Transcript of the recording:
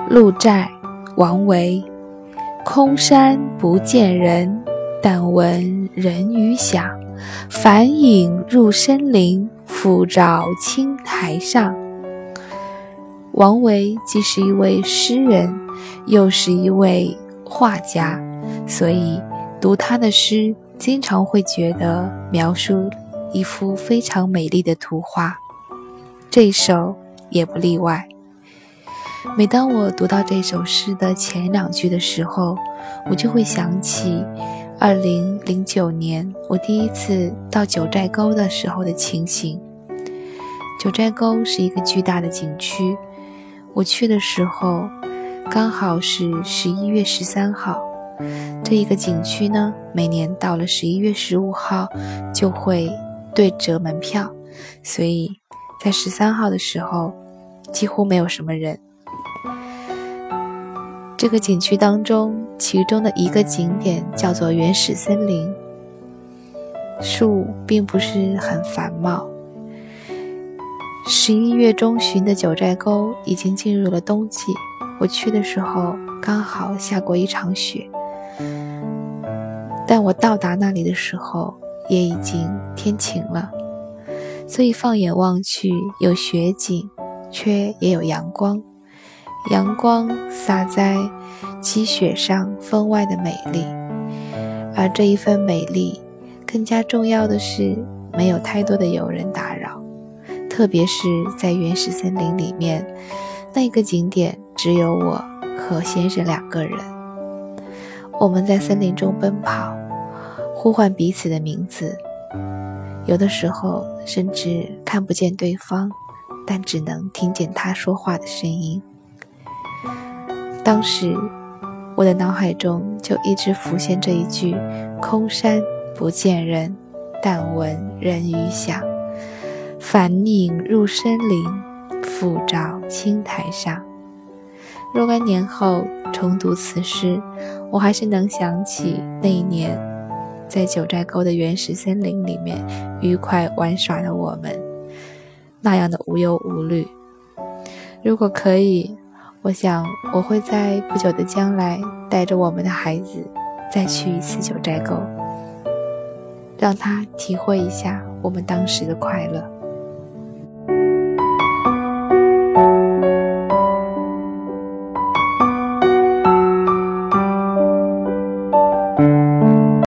鹿柴，王维。空山不见人，但闻人语响。返影入深林，复照青苔上。王维既是一位诗人，又是一位画家，所以读他的诗经常会觉得描述一幅非常美丽的图画，这一首也不例外。每当我读到这首诗的前2句的时候，我就会想起2009年我第一次到九寨沟的时候的情形。九寨沟是一个巨大的景区，我去的时候刚好是11月13号。这一个景区呢，每年到了11月15号就会对折门票，所以在13号的时候几乎没有什么人。这个景区当中，其中的一个景点叫做原始森林，树并不是很繁茂。11月中旬的九寨沟已经进入了冬季，我去的时候刚好下过一场雪，但我到达那里的时候也已经天晴了，所以放眼望去有雪景，却也有阳光，阳光洒在积雪上分外的美丽。而这一份美丽更加重要的是没有太多的游人打扰，特别是在原始森林里面，那个景点只有我和先生2个人。我们在森林中奔跑，呼唤彼此的名字，有的时候甚至看不见对方，但只能听见他说话的声音。当时我的脑海中就一直浮现这一句：空山不见人，但闻人语响。返影入深林，复照青苔上。若干年后重读此诗，我还是能想起那一年在九寨沟的原始森林里面愉快玩耍的我们，那样的无忧无虑。如果可以，我想我会在不久的将来带着我们的孩子再去一次九寨沟，让他体会一下我们当时的快乐。